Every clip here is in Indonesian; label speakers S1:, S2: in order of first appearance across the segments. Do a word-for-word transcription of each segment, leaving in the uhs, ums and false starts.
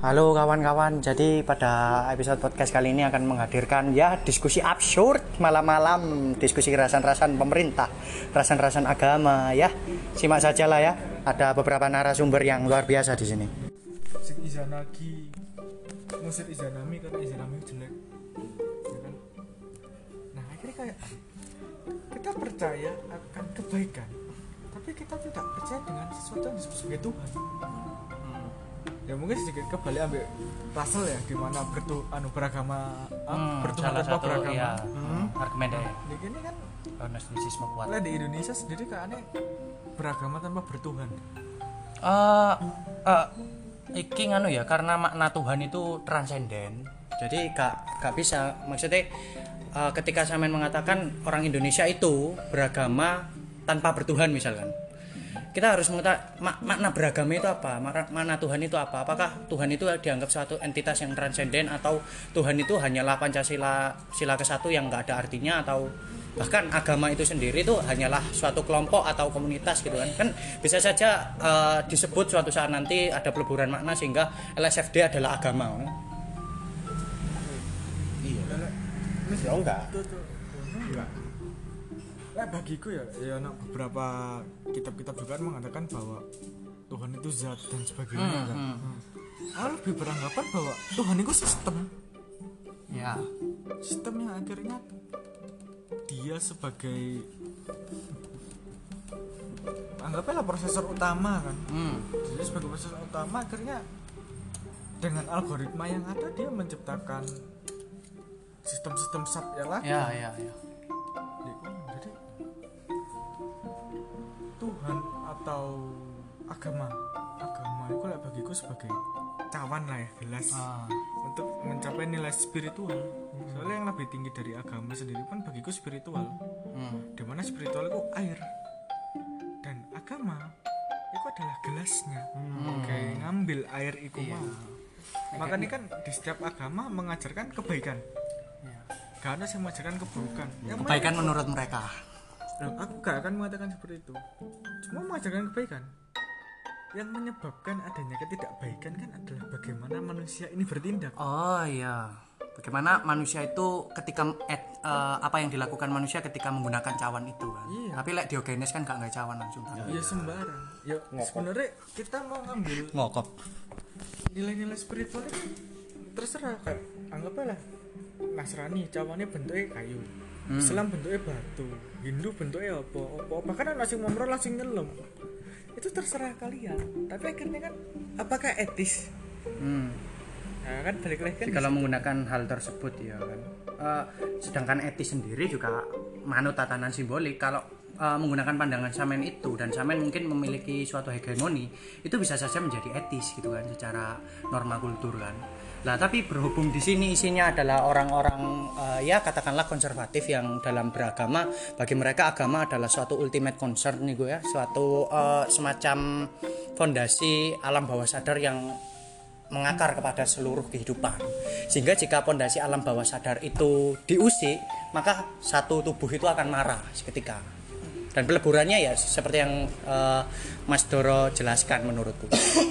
S1: Halo kawan-kawan, jadi pada episode podcast kali ini akan menghadirkan ya diskusi absurd malam-malam, diskusi kerasan-rasan pemerintah, kerasan-rasan agama ya. Simak saja lah ya, ada beberapa narasumber yang luar biasa di sini.
S2: Sing Izanagi ngusir Izanami karena Izanami jelek, ya kan? Nah akhirnya kayak kita percaya akan kebaikan, tapi kita tidak percaya dengan sesuatu yang disebut sebagai Tuhan. Ya mungkin sedikit kebalik ambil Russell ya, di mana bertu anu beragama
S1: Hmm,
S2: bertuhan
S1: salah
S2: tanpa
S1: satu
S2: beragama.
S1: ya,
S2: Hmm.
S1: argumen deh.
S2: Di sini kan
S1: Gnostisisme kuat.
S2: lah di Indonesia sendiri kayaknya beragama tanpa bertuhan.
S1: Eh, eh, iki nganu ya, karena makna Tuhan itu transenden. Jadi gak gak bisa, maksudnya eh, ketika sampean mengatakan orang Indonesia itu beragama tanpa bertuhan misalkan. Kita harus mengetahui mak- makna beragama itu apa, Mak- makna Tuhan itu apa. Apakah Tuhan itu dianggap suatu entitas yang transenden, atau Tuhan itu hanyalah Pancasila sila kesatu yang nggak ada artinya, atau bahkan agama itu sendiri itu hanyalah suatu kelompok atau komunitas gitu kan. Kan bisa saja uh, disebut suatu saat nanti ada peleburan makna sehingga L S F D adalah agama.
S2: Iya.
S3: Ya enggak.
S2: Enggak. Nah, bagiku ya, ya nah, beberapa kitab-kitab juga mengatakan bahwa Tuhan itu zat dan sebagainya
S1: Hmm,
S2: kan.
S1: hmm.
S2: Hmm. Aku lebih beranggapan bahwa Tuhan itu sistem,
S1: Ya.
S2: sistem yang akhirnya dia sebagai anggapnya lah prosesor utama kan.
S1: Hmm.
S2: Jadi sebagai prosesor utama akhirnya dengan algoritma yang ada dia menciptakan sistem-sistem sub ya lah.
S1: Ya, ya, ya.
S2: Jadi Tuhan atau agama agama itu lah bagiku sebagai cawan lah ya, gelas
S1: Ah.
S2: untuk mencapai nilai spiritual. Soalnya yang lebih tinggi dari agama sendiri pun bagiku spiritual,
S1: Hmm.
S2: dimana spiritual itu air dan agama itu adalah gelasnya. Kayak ngambil air itu
S1: Iya.
S2: mau. Makanya kan di setiap agama mengajarkan kebaikan,
S1: Ya.
S2: gak ada yang mengajarkan keburukan. Yang
S1: Kebaikan
S2: mana-
S1: menurut mereka.
S2: Loh, aku gak akan mengatakan seperti itu. Cuma mengajarkan kebaikan. Yang menyebabkan adanya ketidakbaikan kan adalah bagaimana manusia ini bertindak.
S1: Oh iya, bagaimana manusia itu ketika eh, eh, apa yang dilakukan manusia ketika menggunakan cawan itu kan.
S2: Iya.
S1: Tapi lek Diogenes kan gak nggak cawan langsung.
S2: Ya sembarang. Ya sebenarnya kita mau ngambil
S1: Ngokop.
S2: nilai-nilai spiritual itu terserah, kayak anggaplah Nasrani cawannya bentuknya kayu, Islam bentuknya batu, Hindu bentuknya apa, apa bahkan ada sing momro langsung nyelam. Itu terserah kalian. Tapi akhirnya kan apakah etis?
S1: Hmm.
S2: Nah, kan balik lagi kan
S1: Jadi kalau menggunakan hal tersebut ya kan. Eh, sedangkan etis sendiri juga manut tatanan simbolik. Kalau eh, menggunakan pandangan Samen itu, dan Samen mungkin memiliki suatu hegemoni, itu bisa saja menjadi etis gitu kan secara norma kultur kan. Nah, tapi berhubung di sini isinya adalah orang-orang eh, ya katakanlah konservatif yang dalam beragama, bagi mereka agama adalah suatu ultimate concern nih gue ya, suatu eh, semacam fondasi alam bawah sadar yang mengakar kepada seluruh kehidupan. Sehingga jika pondasi alam bawah sadar itu diusik, maka satu tubuh itu akan marah seketika. Dan peleburannya ya seperti yang eh, Mas Doro jelaskan menurutku.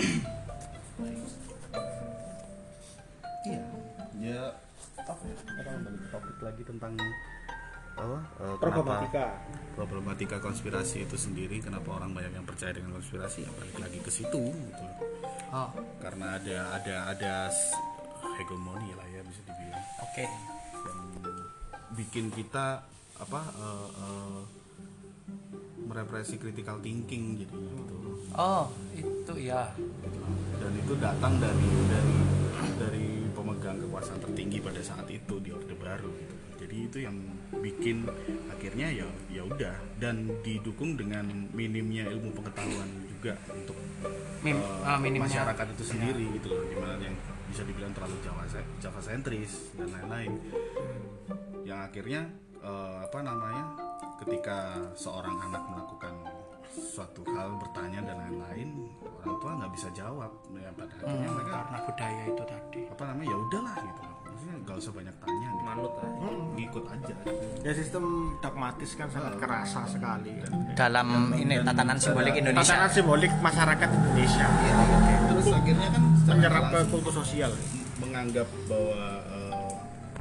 S3: Iya. Ya apa ya? Kita kembali ke topik lagi tentang apa? eh,
S4: Problematika.
S3: kenapa problematika konspirasi itu sendiri, kenapa orang banyak yang percaya dengan konspirasi, ya balik lagi ke situ gitu.
S1: Oh,
S3: Karena ada ada ada s- hegemoni lah ya, bisa dibilang,
S1: oke.
S3: yang bikin kita apa eh, eh, merepresi critical thinking jadinya gitu.
S1: Oh, itu ya.
S3: Dan itu datang dari dari dari pemegang kekuasaan tertinggi pada saat itu di Orde Baru gitu. Jadi itu yang bikin akhirnya ya ya udah, dan didukung dengan minimnya ilmu pengetahuan juga untuk
S1: Mim,
S3: eh,
S1: ah, minimnya.
S3: masyarakat itu sendiri gitu loh, dimana yang bisa dibilang terlalu Jawa Java sentris dan lain-lain, yang akhirnya eh, apa namanya, ketika seorang anak melakukan suatu hal, bertanya dan lain-lain, orang tua nggak bisa jawab ya, pada akhirnya
S1: Hmm,
S3: mereka
S1: karena budaya itu tadi.
S3: apa namanya, ya udahlah gitu loh. maksudnya nggak usah banyak tanya gitu.
S4: Manut aja.
S3: Ngikut aja
S5: Ya sistem dogmatis kan sangat kerasa sekali kan.
S1: dalam ini tatanan simbolik Indonesia.
S5: Tatanan simbolik masyarakat Indonesia.
S3: terus akhirnya kan secara
S5: Menyerap ke
S3: langsung
S5: kultur sosial.
S3: menganggap bahwa eh,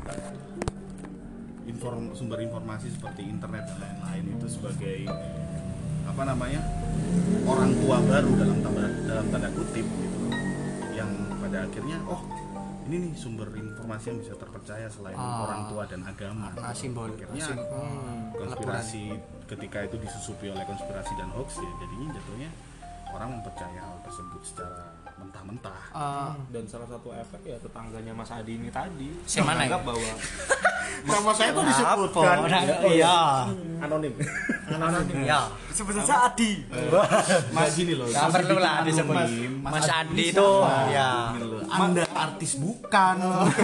S3: inform, sumber informasi seperti internet dan lain-lain itu sebagai apa namanya orang tua baru dalam tanda dalam tanda kutip gitu, yang pada akhirnya oh ini nih sumber informasi yang bisa terpercaya selain
S1: Ah.
S3: orang tua dan agama.
S1: Nah, simbol
S3: Akhirnya
S1: sim-
S3: konspirasi ketika itu disusupi oleh konspirasi dan hoax ya jadinya jatuhnya orang mempercayai hal tersebut secara mentah-mentah.
S1: Eh,
S4: Dan salah satu efek ya tetangganya Mas Adi ini tadi
S1: Si mana ya?
S4: menganggap bahwa
S5: Nama saya tuh
S1: apa?
S5: disebutkan.
S1: Nah, iya.
S4: anonim.
S1: Iya.
S2: Sebut saja Adi.
S3: Mas gini loh.
S1: Nggak perlu lah disebut. Mas Adi itu ya.
S3: Gini loh, Anda artis bukan.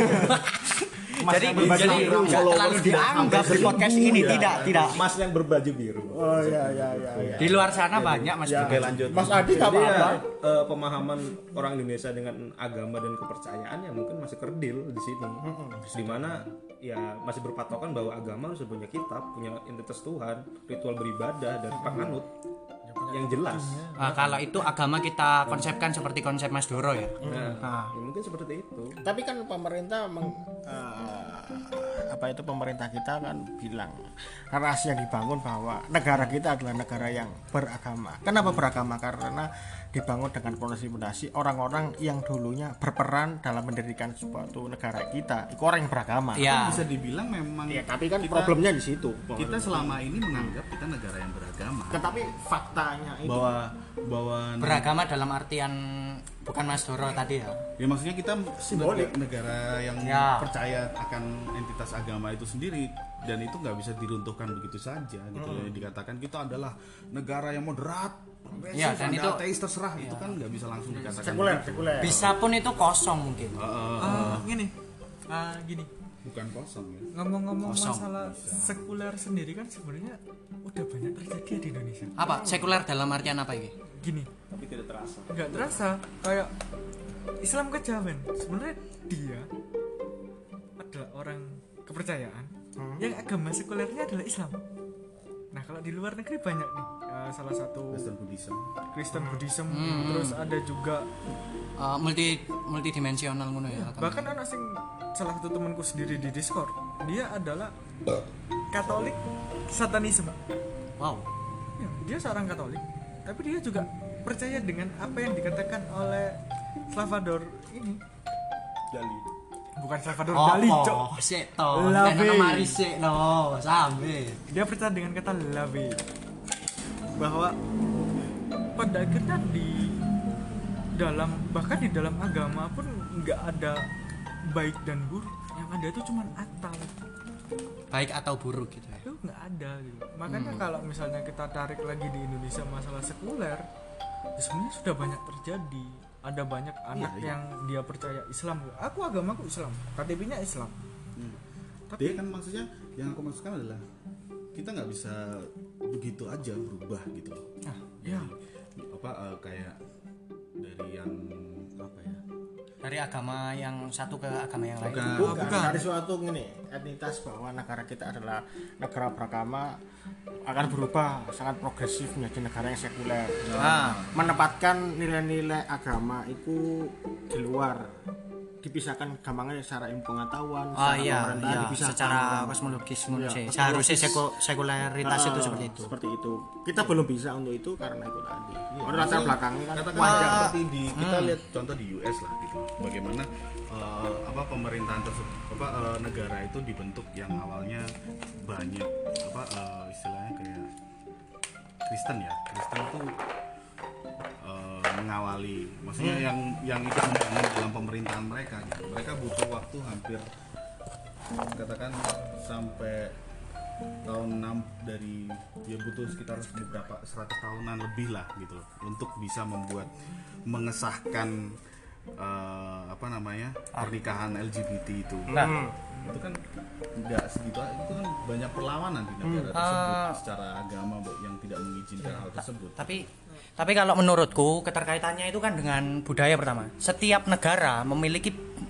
S1: Jadi
S5: yang berbaju
S1: jadi
S5: biru,
S1: nggak terlalu dianggap di podcast ini tidak tidak.
S4: Mas yang berbaju biru.
S5: Oh iya iya iya. iya.
S1: Di luar sana banyak Mas.
S5: Ya,
S4: Oke, lanjut.
S5: Mas Adi nggak
S4: Jadi ya,
S5: apa-apa.
S4: eh, pemahaman orang Indonesia dengan agama dan kepercayaan yang mungkin masih kerdil di sini. Di mana ya masih berpatokan bahwa agama harus punya kitab, punya entitas Tuhan, ritual beribadah dan penganut yang jelas.
S1: Nah, kalau itu agama kita konsepkan seperti konsep Mas Doro ya.
S4: Nah, ya mungkin seperti itu.
S5: Tapi kan pemerintah meng, eh, apa itu pemerintah kita kan bilang narasi yang dibangun bahwa negara kita adalah negara yang beragama. Kenapa beragama? Karena dibangun dengan fondasi-fondasi orang-orang yang dulunya berperan dalam mendirikan suatu negara kita. Itu orang yang beragama.
S1: Iya.
S3: Bisa dibilang memang
S5: Ya, tapi kan
S3: kita-
S5: problemnya di situ.
S3: kita selama ini menganggap kita negara yang beragama.
S5: Tetapi faktanya itu
S3: bahwa bahwa
S1: Beragama dalam artian bukan Mas Doro tadi ya.
S3: ya maksudnya kita
S5: Simbolik.
S3: neg- negara yang
S1: Ya.
S3: percaya akan entitas agama itu sendiri dan itu nggak bisa diruntuhkan begitu saja gitu ya. Dikatakan kita adalah negara yang moderat.
S1: Ya, dan
S3: Anda
S1: itu-
S3: ateis terserah itu kan nggak bisa langsung dikatakan
S5: sekuler,
S3: begitu.
S5: sekuler.
S1: Bisa pun itu kosong mungkin.
S3: Eh,
S2: Ah, gini. Ah, gini.
S3: bukan kosong ya.
S2: Ngomong-ngomong
S1: Kosong.
S2: masalah sekuler sendiri kan sebenarnya udah banyak terjadi di Indonesia.
S1: Apa? Sekuler dalam artian apa ini?
S2: Gini,
S4: Tapi tidak terasa.
S2: nggak terasa kayak Islam kejawen. Sebenarnya dia adalah orang kepercayaan yang agama sekulernya adalah Islam. Nah, kalau di luar negeri banyak nih. Eh, salah satu
S3: Kristen Buddhism.
S2: Kristen Buddhism, terus ada juga
S1: Eh, multi multidimensional ngono ya.
S2: bahkan anak sing salah satu temanku sendiri di Discord, dia adalah Katolik Satanisme.
S1: Wow.
S2: Ya, dia seorang Katolik, tapi dia juga percaya dengan apa yang dikatakan oleh Salvador ini.
S4: Dali.
S2: Bukan Salvador Dali, Cok.
S1: Oh, sik to.
S2: Labe.
S1: Kan mari sik no, sampe.
S2: Dia percaya dengan kata love, bahwa pada akhirnya di dalam bahkan di dalam agama pun nggak ada baik dan buruk, yang ada itu cuma atau
S1: Baik atau buruk gitu ya.
S2: itu nggak ada gitu. Makanya kalau misalnya kita tarik lagi di Indonesia masalah sekuler, ya sebenarnya sudah banyak terjadi. Ada banyak anak
S3: iya.
S2: yang dia percaya Islam. Aku agamaku Islam, K T P-nya Islam.
S3: Tapi dia kan maksudnya yang aku maksudkan adalah kita nggak bisa begitu aja berubah gitu loh.
S2: Nah, ya.
S3: Apa eh, kayak dari yang apa ya?
S1: Dari agama yang satu ke agama yang lain.
S3: Bukan.
S5: Bukan,
S2: bukan.
S5: dari suatu gini entitas bahwa negara kita adalah negara beragama akan berubah sangat progresif menjadi negara yang sekuler.
S1: Ah.
S5: Menempatkan nilai-nilai agama itu di luar, dipisahkan gampangnya secara ilmu pengetahuan,
S1: Oh
S5: secara
S1: iya,
S5: pemerintahan
S1: iya.
S5: dipisahkan.
S1: Secara kosmologis ngono
S5: Iya,
S1: sih.
S5: kosmologis.
S1: Seharusnya seku- sekularitas
S5: Ah,
S1: itu seperti itu.
S5: Seperti itu. Kita belum bisa untuk itu karena itu tadi. Orang latar belakangnya kan
S3: Katakan
S5: wajar.
S3: seperti di kita lihat contoh di U S lah gitu. Bagaimana eh, apa pemerintahan tersebut apa eh, negara itu dibentuk yang awalnya banyak apa eh, istilahnya kayak Kristen ya. Kristen tuh eh, mengawali maksudnya yang yang ikut membangun dalam pemerintahan mereka gitu. Mereka butuh waktu hampir katakan sampai tahun enam dari ya butuh sekitar beberapa seratus tahunan lebih lah gitu loh untuk bisa membuat mengesahkan eh, apa namanya pernikahan L G B T itu.
S1: Nah.
S3: Itu kan nggak segitu, itu kan banyak perlawanan di negara tersebut
S1: Ah.
S3: secara agama yang tidak mengizinkan hal tersebut.
S1: Tapi tapi kalau menurutku keterkaitannya itu kan dengan budaya pertama. Setiap negara memiliki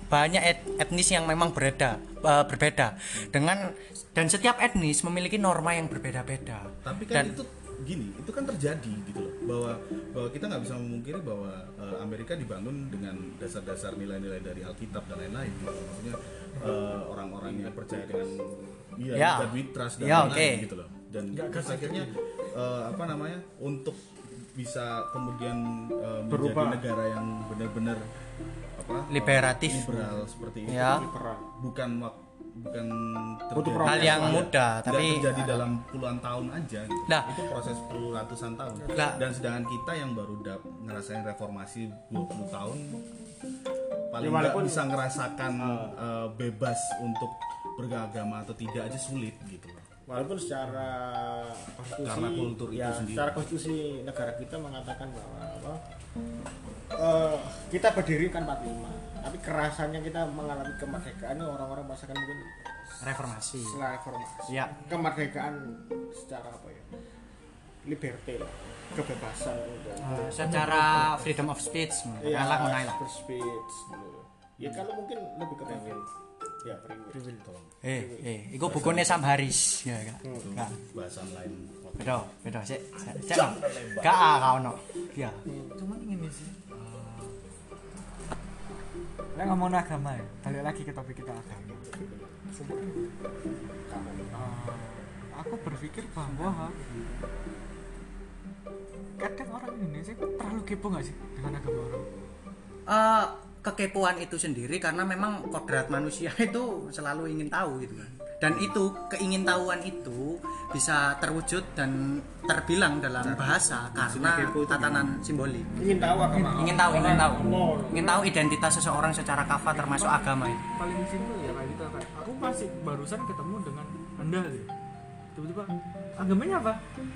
S1: banyak et- etnis yang memang berbeda uh, berbeda dengan dan setiap etnis memiliki norma yang berbeda-beda.
S3: Tapi kan
S1: dan
S3: itu gini, itu kan terjadi gitu loh, bahwa bahwa kita nggak bisa memungkiri bahwa uh, Amerika dibangun dengan dasar-dasar nilai-nilai dari Alkitab dan lain-lain gitu. Maksudnya uh, orang-orang yang percaya dengan iya
S1: Ya.
S3: God we trust dan
S1: Ya,
S3: lain-lain
S1: oke.
S3: gitu loh. Dan terus akhirnya uh, apa namanya, untuk bisa kemudian uh, menjadi
S5: Berubah.
S3: negara yang benar-benar apa uh,
S1: Liberatif.
S3: liberal seperti itu,
S1: Ya.
S3: bukan wak- bukan
S5: Butuh
S3: terjadi
S1: hal yang
S3: ya,
S1: mudah,
S3: tidak
S1: tapi
S3: terjadi dalam puluhan tahun aja gitu.
S1: Nah.
S3: Itu proses puluh ratusan tahun.
S1: Nah.
S3: Dan sedangkan kita yang baru dap, ngerasain reformasi dua puluh tahun paling
S5: Ya,
S3: nggak
S5: walaupun-
S3: bisa ngerasakan uh, bebas untuk beragama atau tidak aja sulit gitu loh.
S5: Walaupun secara konstitusi,
S3: Karena kultur itu
S5: ya,
S3: sendiri.
S5: secara konstitusi negara kita mengatakan bahwa apa, eh, kita berdiri kan empat puluh lima, tapi kerasannya kita mengalami kemerdekaan ini orang-orang merasakan mungkin
S1: reformasi.
S5: setelah reformasi.
S1: Ya.
S5: Kemerdekaan secara apa ya? Liberty lah, kebebasan udah.
S1: Uh, secara freedom of speech
S5: Iya,
S1: ngalah mengalah.
S5: berspeech dulu. Ya kalau mungkin lebih ke privil. Ya, privil.
S1: Eh, eh, iku bukunya Sam Harris ya kan. Enggak.
S3: Bahasan lain.
S1: Beda, beda sik. Cek. Gak ah ono. Ya.
S2: Cuman ini sih. Lah ngomong agama ya, balik lagi ke topik kita agama. Uh, aku berpikir bahwa kadang orang Indonesia terlalu kepo nggak sih dengan agama orang?
S1: Uh, kekepoan itu sendiri karena memang kodrat manusia itu selalu ingin tahu gitu kan. Dan itu keingintahuan itu bisa terwujud dan terbilang dalam bahasa karena tatanan simbolik.
S5: Ingin tahu agama.
S1: Ingin tahu, ingin tahu. Ingin tahu identitas seseorang secara kafah termasuk agama itu.
S2: Paling simpel ya kayak kita kayak aku masih barusan ketemu dengan Anda gitu. Tiba-tiba agamanya apa?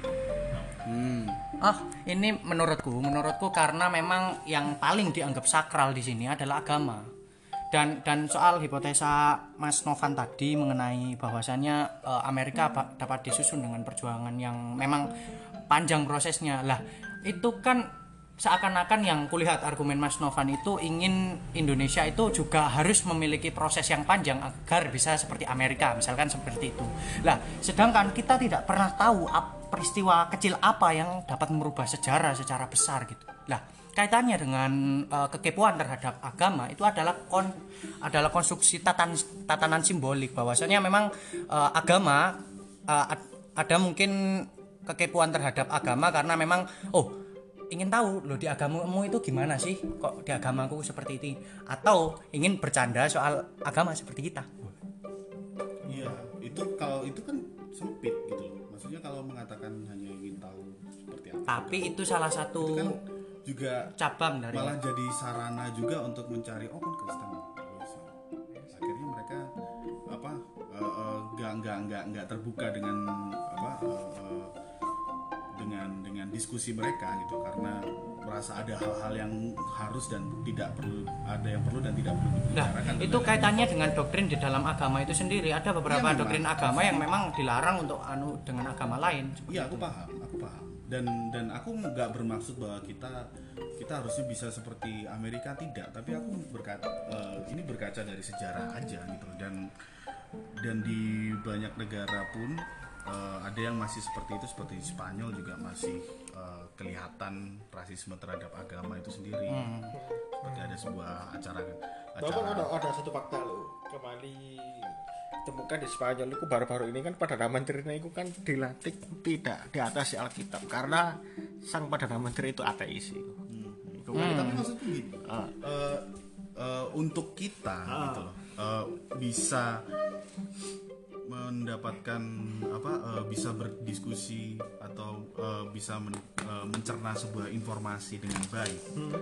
S3: Hmm.
S1: Oh, ini menurutku, menurutku karena memang yang paling dianggap sakral di sini adalah agama. Dan dan soal hipotesa Mas Novan tadi mengenai bahwasannya eh, Amerika ba- dapat disusun dengan perjuangan yang memang panjang prosesnya. Lah, itu kan seakan-akan yang kulihat argumen Mas Novan itu ingin Indonesia itu juga harus memiliki proses yang panjang agar bisa seperti Amerika, misalkan seperti itu. Lah, sedangkan kita tidak pernah tahu ap- peristiwa kecil apa yang dapat merubah sejarah secara besar gitu. Lah, kaitannya dengan uh, kekepoan terhadap agama itu adalah kon adalah konstruksi tatan, tatanan simbolik bahwasanya memang uh, agama uh, ad, ada mungkin kekepoan terhadap agama karena memang oh ingin tahu loh di agamamu itu gimana sih kok di agamaku seperti ini atau ingin bercanda soal agama seperti kita.
S3: Iya, itu kalau itu kan sempit gitu loh. Maksudnya kalau mengatakan hanya ingin tahu seperti apa.
S1: Tapi itu salah satu
S3: itu kan juga
S1: cabang dari
S3: malah jadi sarana juga untuk mencari oh kan Kristen. Oh, Islam. Akhirnya mereka apa uh, uh, nggak nggak nggak nggak terbuka dengan apa uh, uh, dengan dengan diskusi mereka gitu karena merasa ada hal-hal yang harus dan tidak perlu ada yang perlu dan tidak perlu
S1: Nah,
S3: dibicarakan.
S1: itu kaitannya dengan doktrin di dalam agama itu sendiri. Ada beberapa
S3: Iya,
S1: doktrin agama yang memang dilarang untuk anu dengan agama lain.
S3: Iya, aku paham, aku paham. Dan dan aku nggak bermaksud bahwa kita kita harusnya bisa seperti Amerika, tidak. Tapi aku berkata uh, ini berkaca dari sejarah aja gitu. Dan dan di banyak negara pun uh, ada yang masih seperti itu, seperti di Spanyol juga masih uh, kelihatan rasisme terhadap agama itu sendiri. Hmm. Seperti ada sebuah acara
S5: Bahkan ada
S3: acara
S5: ada satu fakta loh kembali temukan di Spanyol itu baru-baru ini kan Perdana Menterinya itu kan dilantik tidak di atas Alkitab karena sang Perdana Menteri itu ateis itu.
S3: Hmm.
S5: Itu
S3: Nah,
S5: kan
S3: tapi maksudku gini,
S5: Ah.
S3: uh, uh, untuk kita gitu loh, uh, bisa mendapatkan apa, uh, bisa berdiskusi atau uh, bisa men- uh, mencerna sebuah informasi dengan baik,
S5: Hmm.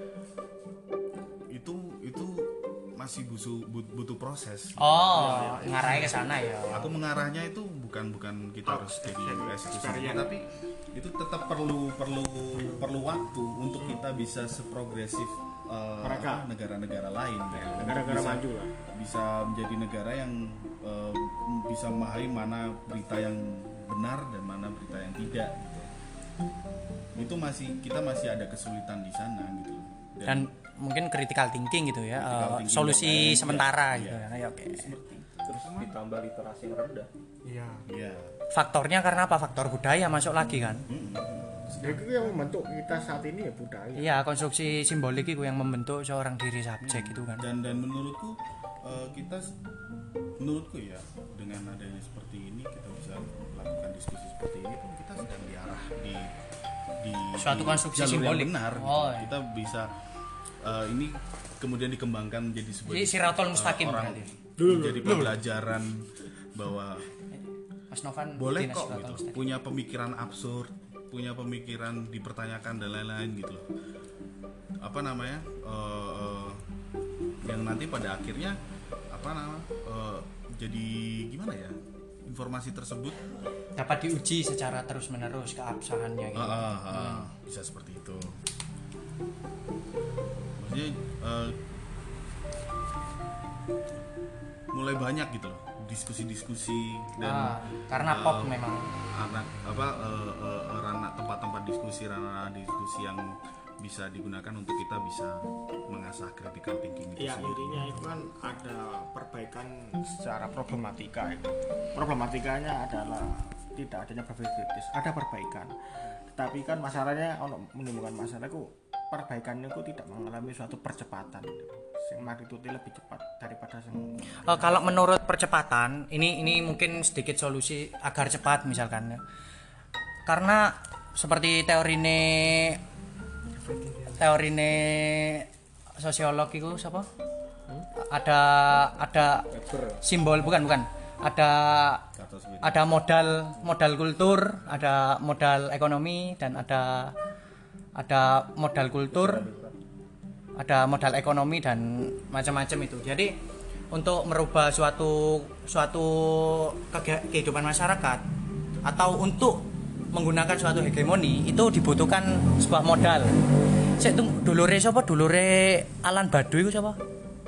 S3: itu itu masih butuh butuh proses.
S1: Oh, ngarahnya ke sana ya.
S3: Aku mengarahnya itu bukan bukan kita harus jadi eksekusi, tapi itu tetap perlu perlu perlu waktu untuk kita bisa seprogresif uh,
S5: Mereka.
S3: apa, negara-negara lain,
S5: negara-negara
S3: bisa,
S5: maju lah.
S3: bisa menjadi negara yang uh, bisa memahami mana berita yang benar dan mana berita yang tidak. Gitu. itu masih kita masih ada kesulitan di sana gitu loh.
S1: Dan mungkin critical thinking gitu ya,
S3: Critical
S1: uh,
S3: thinking
S1: solusi
S3: dan-
S1: sementara
S3: iya,
S1: gitu
S3: iya.
S1: ya. Ya, oke.
S4: Terus ditambah literasi yang rendah.
S2: Iya.
S3: Iya.
S1: Faktornya karena apa? Faktor budaya masuk lagi kan.
S5: Itu yang membentuk kita saat ini ya budaya.
S1: Iya, konstruksi simbolik itu yang membentuk seorang diri subjek itu kan.
S3: Dan dan menurutku eh, kita menurutku ya dengan adanya seperti ini kita bisa melakukan diskusi seperti ini pun kita sedang diarah di di
S1: Suatu
S3: di
S1: konstruksi
S3: jalur yang
S1: simbolik.
S3: benar gitu.
S1: Oh, iya.
S3: Kita bisa eh, ini kemudian dikembangkan menjadi sebuah
S1: Jadi Siratul Mustaqim
S3: eh, orang
S1: berarti.
S3: menjadi pembelajaran bahwa
S1: Mas Novan
S3: boleh
S1: Dinas
S3: kok
S1: Siratul
S3: gitu
S1: Mustaqim.
S3: punya pemikiran absurd, punya pemikiran dipertanyakan dan lain-lain gitu loh. Apa namanya eh, eh, yang nanti pada akhirnya apa namanya eh, jadi gimana ya, informasi tersebut
S1: Dapat diuji secara terus-menerus keabsahannya gitu.
S3: ah, ah, ah, bisa seperti itu. Maksudnya eh, mulai banyak gitu loh diskusi-diskusi dan
S1: Ah, karena
S3: eh,
S1: pop memang.
S3: anak apa eh, eh, ranah tempat-tempat diskusi ranah diskusi yang bisa digunakan untuk kita bisa mengasah critical thinking itu
S5: Ya
S3: sendiri.
S5: intinya itu kan ada perbaikan secara problematika itu. Problematikanya adalah tidak adanya berpikir kritis, ada perbaikan. Tetapi kan masalahnya kalau menimbulkan masalah itu perbaikannya itu tidak mengalami suatu percepatan. Yang magnitude lebih cepat daripada yang
S1: Eh, kalau menurut percepatan, ini ini mungkin sedikit solusi agar cepat misalkan. Karena seperti teori ini teori ini sosiolog itu siapa? Ada ada simbol bukan bukan. Ada
S3: Kata seperti itu.
S1: ada modal modal kultur, ada modal ekonomi dan ada ada modal kultur, ada modal ekonomi dan macam-macam itu. Jadi untuk merubah suatu suatu kege- kehidupan masyarakat atau untuk menggunakan suatu hegemoni itu dibutuhkan sebuah modal. Sik tung dulure sapa? Dulure Alan Badu itu siapa?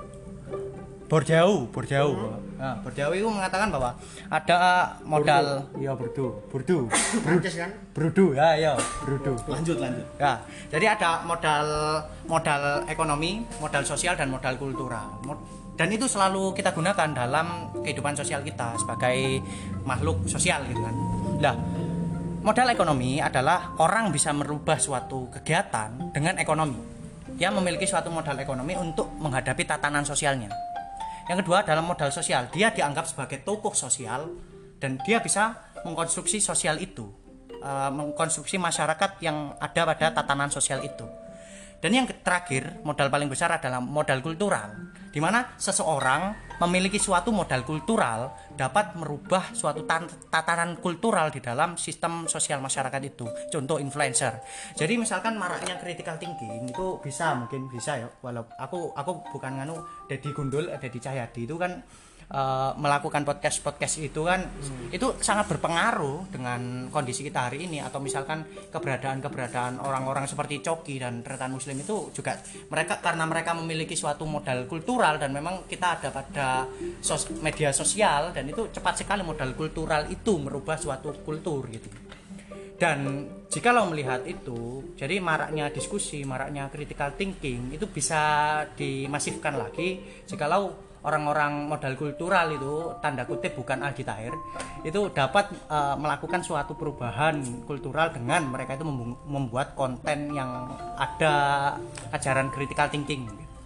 S1: Bourdieu, Bourdieu. Nah, Bourdieu itu mengatakan bahwa ada modal ya Bourdieu, Bourdieu.
S5: Prancis kan?
S1: Brudu ya ya Brudu.
S3: Lanjut lanjut.
S1: Ya, jadi ada modal modal ekonomi, modal sosial dan modal kultural. Mo- Dan itu selalu kita gunakan dalam kehidupan sosial kita sebagai makhluk sosial gitu kan. Nah, modal ekonomi adalah orang bisa merubah suatu kegiatan dengan ekonomi. Dia memiliki suatu modal ekonomi untuk menghadapi tatanan sosialnya. Yang kedua dalam modal sosial, dia dianggap sebagai tokoh sosial dan dia bisa mengkonstruksi sosial itu, uh, mengkonstruksi masyarakat yang ada pada tatanan sosial itu. Dan yang terakhir, modal paling besar adalah modal kultural, di mana seseorang memiliki suatu modal kultural dapat merubah suatu tan- tatanan kultural di dalam sistem sosial masyarakat itu. Contoh influencer. Jadi misalkan maraknya critical thinking itu bisa mungkin bisa ya. Walau aku aku bukan nganu Deddy Gundul, Deddy Cahyadi itu kan uh, melakukan podcast-podcast itu kan hmm. itu sangat berpengaruh dengan kondisi kita hari ini, atau misalkan keberadaan-keberadaan orang-orang seperti Coki dan Retan Muslim itu juga mereka karena mereka memiliki suatu modal kultural dan memang kita ada pada sos- media sosial dan itu cepat sekali modal kultural itu merubah suatu kultur gitu. Dan jikalau melihat itu, jadi maraknya diskusi, maraknya critical thinking itu bisa dimasifkan lagi jikalau orang-orang modal kultural itu tanda kutip bukan Aldi Tahir itu dapat uh, melakukan suatu perubahan kultural dengan mereka itu membu- membuat konten yang ada ajaran critical thinking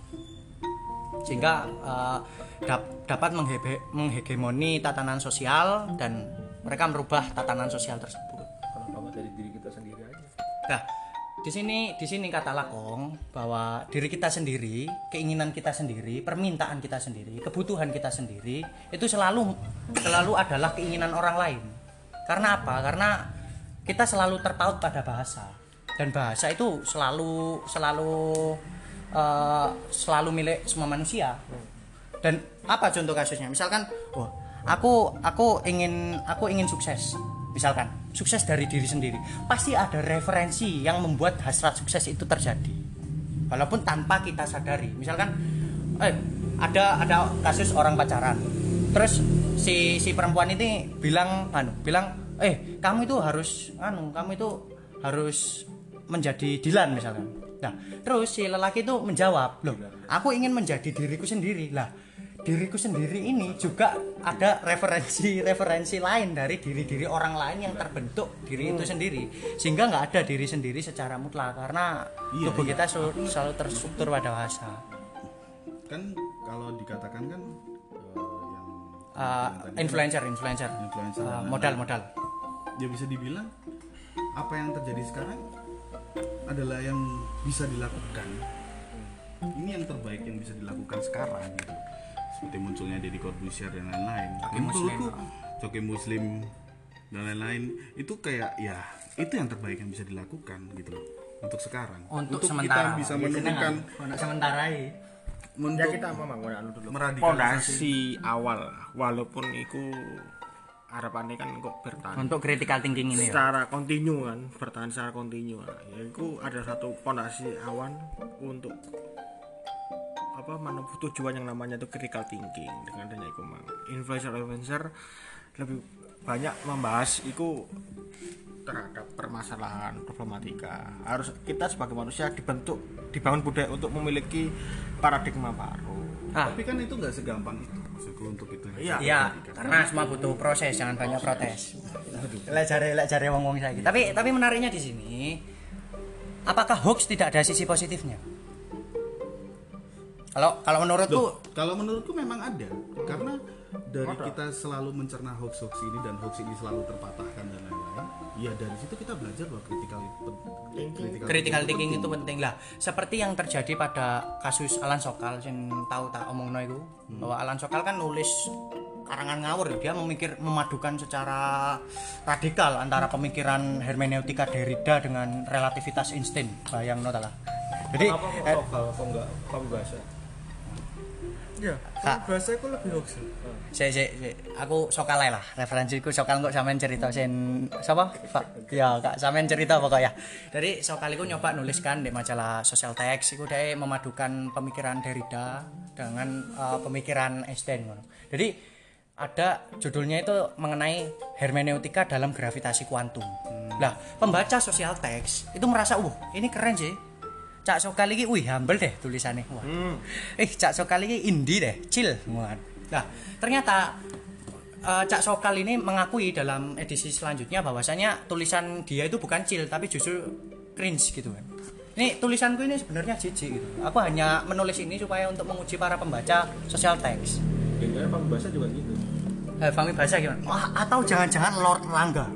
S1: sehingga uh, dap- dapat menghebe- menghegemoni tatanan sosial dan mereka merubah tatanan sosial tersebut.
S4: Kenapa nggak dari diri kita sendiri aja?
S1: Nah, di sini di sini kata Lakong bahwa diri kita sendiri, keinginan kita sendiri, permintaan kita sendiri, kebutuhan kita sendiri itu selalu selalu adalah keinginan orang lain. Karena apa? Karena kita selalu terpaut pada bahasa dan bahasa itu selalu selalu uh, selalu milik semua manusia. Dan apa contoh kasusnya? Misalkan, wah, aku aku ingin aku ingin sukses. Misalkan sukses dari diri sendiri, pasti ada referensi yang membuat hasrat sukses itu terjadi walaupun tanpa kita sadari. Misalkan eh ada ada kasus orang pacaran, terus si si perempuan ini bilang anu bilang eh kamu itu harus anu kamu itu harus menjadi Dilan misalkan. Nah, terus si lelaki itu menjawab, "Loh, aku ingin menjadi diriku sendiri." Lah, diriku sendiri ini juga ada referensi-referensi lain dari diri-diri orang lain yang terbentuk diri itu sendiri, sehingga nggak ada diri sendiri secara mutlak karena
S3: Iya,
S1: tubuh
S3: iya.
S1: kita selalu, selalu terstruktur pada bahasa.
S3: Kan kalau dikatakan kan eh, yang
S1: Uh,
S3: yang tadi
S1: influencer, influencer,
S3: Influencer
S1: Uh,
S3: dan
S1: modal-modal.
S3: ya bisa dibilang apa yang terjadi sekarang adalah yang bisa dilakukan. Ini yang terbaik yang bisa dilakukan sekarang gitu. Seperti munculnya Deddy Corbuzier dan lain-lain.
S1: Coki
S3: Itu
S1: Muslim.
S3: menurutku, Coki Muslim dan lain-lain itu kayak ya itu yang terbaik yang bisa dilakukan gitu loh untuk sekarang.
S1: Untuk,
S3: kita
S1: sementara
S3: bisa
S1: Ya,
S3: menemukan
S1: seneng, untuk sementara ya.
S5: Ya
S3: untuk
S5: kita memang anu dulu.
S3: meradikalisasi.
S5: Pondasi awal walaupun iku harapannya kan kok bertahan
S1: Untuk critical thinking ini ya.
S5: secara kontinu kan, bertahan secara kontinu. Ya itu ada satu pondasi awan untuk apa menempuh tujuan yang namanya itu critical thinking. Dengan adanya itu mang influencer-influencer lebih banyak membahas itu terhadap permasalahan problematika. Harus kita sebagai manusia dibentuk dibangun budaya untuk memiliki paradigma baru.
S1: Ah,
S3: Tapi kan itu nggak segampang itu maksudku untuk itu.
S5: Iya.
S1: iya, karena semua butuh proses, jangan banyak protes. Lek jare lek jare wong-wong saiki. Tapi tapi menariknya di sini, apakah hoax tidak ada sisi positifnya? Kalau kalau menurutku
S3: Loh, kalau menurutku memang ada karena dari kita selalu mencerna hoax-hoax ini dan hoax ini selalu terpatahkan dan lain-lain. Ya dari situ kita belajar bahwa critical critical,
S1: critical thinking itu penting lah. Seperti yang terjadi pada kasus Alan Sokal yang tahu tak omongno itu,
S3: Hmm.
S1: bahwa Alan Sokal kan nulis karangan ngawur, dia memikir memadukan secara radikal antara pemikiran hermeneutika Derrida dengan relativitas Einstein. Bayangno ta lah. Jadi
S4: Kenapa kok
S1: eh,
S4: sokal kok enggak kamu bahasa?
S2: Ya,
S1: Kak.
S2: bahasa aku lebih hoax.
S1: Sik sik sik. Aku Sokal ae lah. Referensiku Sokal kok sampean cerita sen sapa? Pak. Ya, Kak sampean cerita pokoknya. Jadi Sokal iku nyoba nuliskan di majalah Social Text iku dia memadukan pemikiran Derrida dengan uh, pemikiran Einstein ngono. Jadi ada judulnya itu mengenai hermeneutika dalam gravitasi kuantum. Lah, pembaca Social Text itu merasa, "Wah, ini keren sih." Cak Sokal iki wih humble deh tulisannya. Wah. Eh Cak Sokal iki indie deh, chill. Wah. Nah, ternyata uh, Cak Sokal ini mengakui dalam edisi selanjutnya bahwasanya tulisan dia itu bukan chill tapi justru cringe gitu kan. Ini tulisanku ini sebenarnya jijik gitu. Aku hanya menulis ini supaya untuk menguji para pembaca Social Text.
S4: Kayaknya kamu bahasa juga gitu.
S1: Eh, Fahmi bahasa gimana? Wah, atau jangan-jangan Lord Rangga.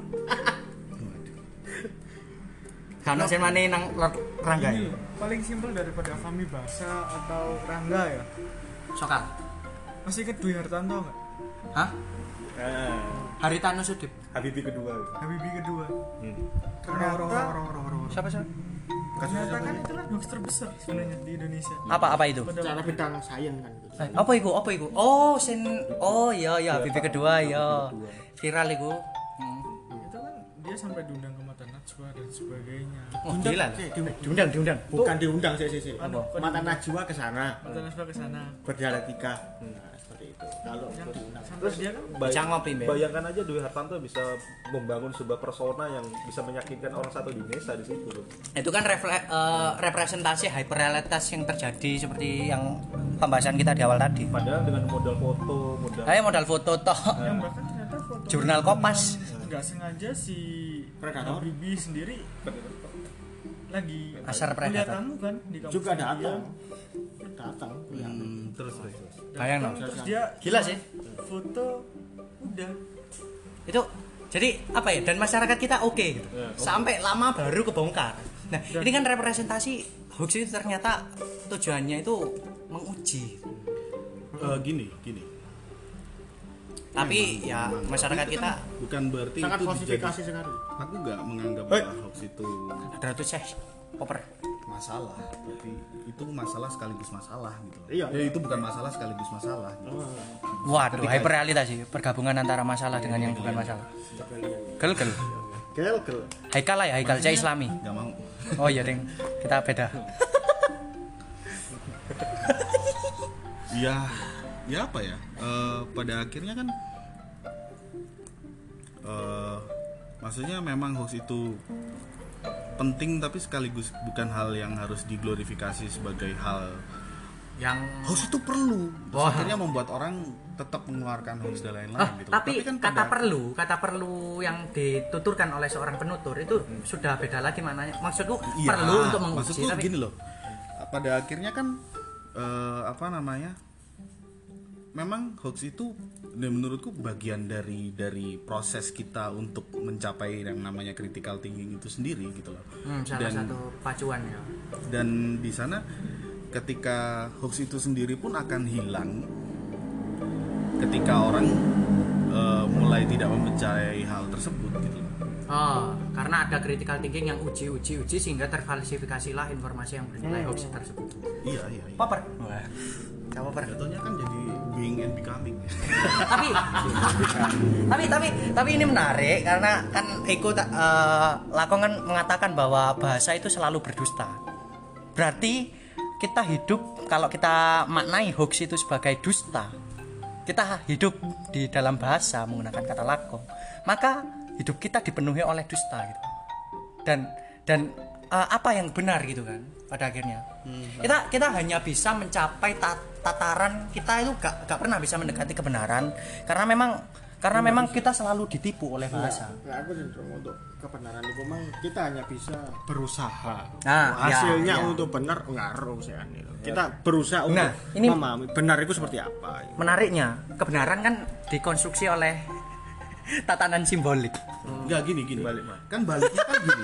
S1: Karena saya mana nang Lord Rangga
S2: Ini
S1: ya?
S2: loh, paling simpel daripada Fahmi Basa atau Rangga ya.
S1: Sokal.
S2: Masih inget Dwi Hartanto nggak?
S1: Hah?
S4: Ah,
S1: Haritano Sudip.
S4: Habibie kedua.
S2: Habibie kedua.
S4: Hmm.
S2: Ternyata,
S1: Siapa sih?
S2: ternyata kan itu kan hoax terbesar sebenarnya di Indonesia.
S1: Apa apa itu?
S2: Pada
S5: Secara bidang sains kan gitu.
S1: Eh, apa iku? Apa iku? Oh, sen oh iya iya Habibie kedua ya. Viral iku. Hmm.
S2: itu kan dia sampai diundang ke Mata Najwa dan sebagainya.
S1: Oh, gila.
S5: sih,
S1: Diundang, diundang.
S5: Bukan diundang sih sih sih.
S2: Anu, kok
S5: Mata
S2: diundang?
S5: Najwa ke sana
S2: Mata Najwa ke sana.
S5: berdialektika. Nah, seperti itu. Kalau
S2: Yang
S5: diundang.
S2: sampai dia kan
S4: Bay-
S1: Bisa ngopi, Mbak.
S4: bayangkan aja Dwi Hartanto bisa membangun sebuah persona yang bisa meyakinkan orang satu di Indonesia di situ loh.
S1: Itu kan refle- eh, representasi hyperrealitas yang terjadi seperti yang pembahasan kita di awal tadi.
S4: Padahal dengan modal foto, modal
S1: Kayak modal foto toh.
S2: yang bahkan ternyata foto
S1: Jurnal Kompas.
S2: nggak sengaja si
S5: Predator.
S2: Habibie sendiri lagi
S1: Asar
S2: kuliah
S1: predator.
S2: tamu kan di kampus
S5: Juga
S2: dia.
S5: datang. Datang.
S3: Hmm, terus terus. terus.
S1: Bayang
S2: Datang,
S1: no.
S2: terus dia
S1: Gila sih.
S2: foto udah
S1: Itu jadi apa ya? Dan masyarakat kita oke gitu. Sampai lama baru kebongkar. Nah, ini kan representasi hoax itu ternyata tujuannya itu menguji.
S3: Eh, gini, gini.
S1: Tapi ya
S3: Memang.
S1: masyarakat
S3: Tapi itu
S1: kita
S3: kan bukan berarti
S5: Sangat
S3: itu
S5: falsifikasi
S3: dijadi-
S5: sekali.
S3: Aku nggak menganggap
S1: Hei.
S3: bahwa hoax itu
S1: ada ratus saya koper.
S3: masalah, tapi itu masalah sekaligus masalah gitu.
S5: Iya.
S3: Ya itu bukan masalah sekaligus masalah. Gitu.
S1: Waduh, hyperrealitas sih, pergabungan antara masalah dengan yang bukan masalah. Gel gel.
S5: Gel gel.
S1: Haikal lah ya, Haikal Cah Islami.
S3: Gak mau.
S1: Oh iya, Ding. Kita beda.
S3: Ya, ya apa ya? Eh, pada akhirnya kan, eh, maksudnya memang hoax itu penting tapi sekaligus bukan hal yang harus diglorifikasi sebagai hal
S1: yang
S3: hoax itu perlu. Terus
S1: Wah.
S3: akhirnya membuat orang tetap mengeluarkan hoax dan lain-lain
S1: Ah,
S3: gitu.
S1: tapi,
S3: kan
S1: kata
S3: pada-
S1: perlu, kata perlu yang dituturkan oleh seorang penutur itu sudah beda lagi maknanya. Maksudku
S3: Iya,
S1: perlu untuk menguji,
S3: maksudku
S1: tapi
S3: gini loh. Pada akhirnya kan eh, apa namanya? Memang hoax itu dan menurutku bagian dari dari proses kita untuk mencapai yang namanya critical thinking itu sendiri gitu loh.
S1: hmm, salah
S3: Dan-
S1: satu pacuan ya.
S3: Dan di sana ketika hoax itu sendiri pun akan hilang ketika orang eh, mulai tidak mempercayai hal tersebut gitu loh.
S1: Oh, karena ada critical thinking yang uji-uji-uji sehingga terfalsifikasilah informasi yang bernilai hoax tersebut.
S3: Iya iya. iya.
S1: Popper. Wah. Gak popper.
S3: Jatuhnya kan jadi being and becoming.
S1: tapi tapi tapi tapi ini menarik karena kan Eko tak uh, Lakong kan mengatakan bahwa bahasa itu selalu berdusta. Berarti kita hidup kalau kita maknai hoax itu sebagai dusta, kita hidup di dalam bahasa menggunakan kata Lakong, maka hidup kita dipenuhi oleh dusta gitu. Dan dan uh, apa yang benar gitu kan pada akhirnya. Hmm. Kita kita hanya bisa mencapai tat, tataran kita itu gak gak pernah bisa mendekati kebenaran karena memang karena memang kita selalu ditipu oleh bahasa.
S5: Ya, aku cenderung untuk kebenaran itu memang kita hanya bisa berusaha.
S1: Nah,
S5: hasilnya
S1: ya, ya.
S5: untuk benar ngaruh sih kan itu. Kita berusaha untuk
S1: Nah, ini-
S5: memahami benar itu seperti apa.
S1: Menariknya, kebenaran kan dikonstruksi oleh tatanan simbolik.
S3: Enggak gini gini. Kan baliknya kan gini.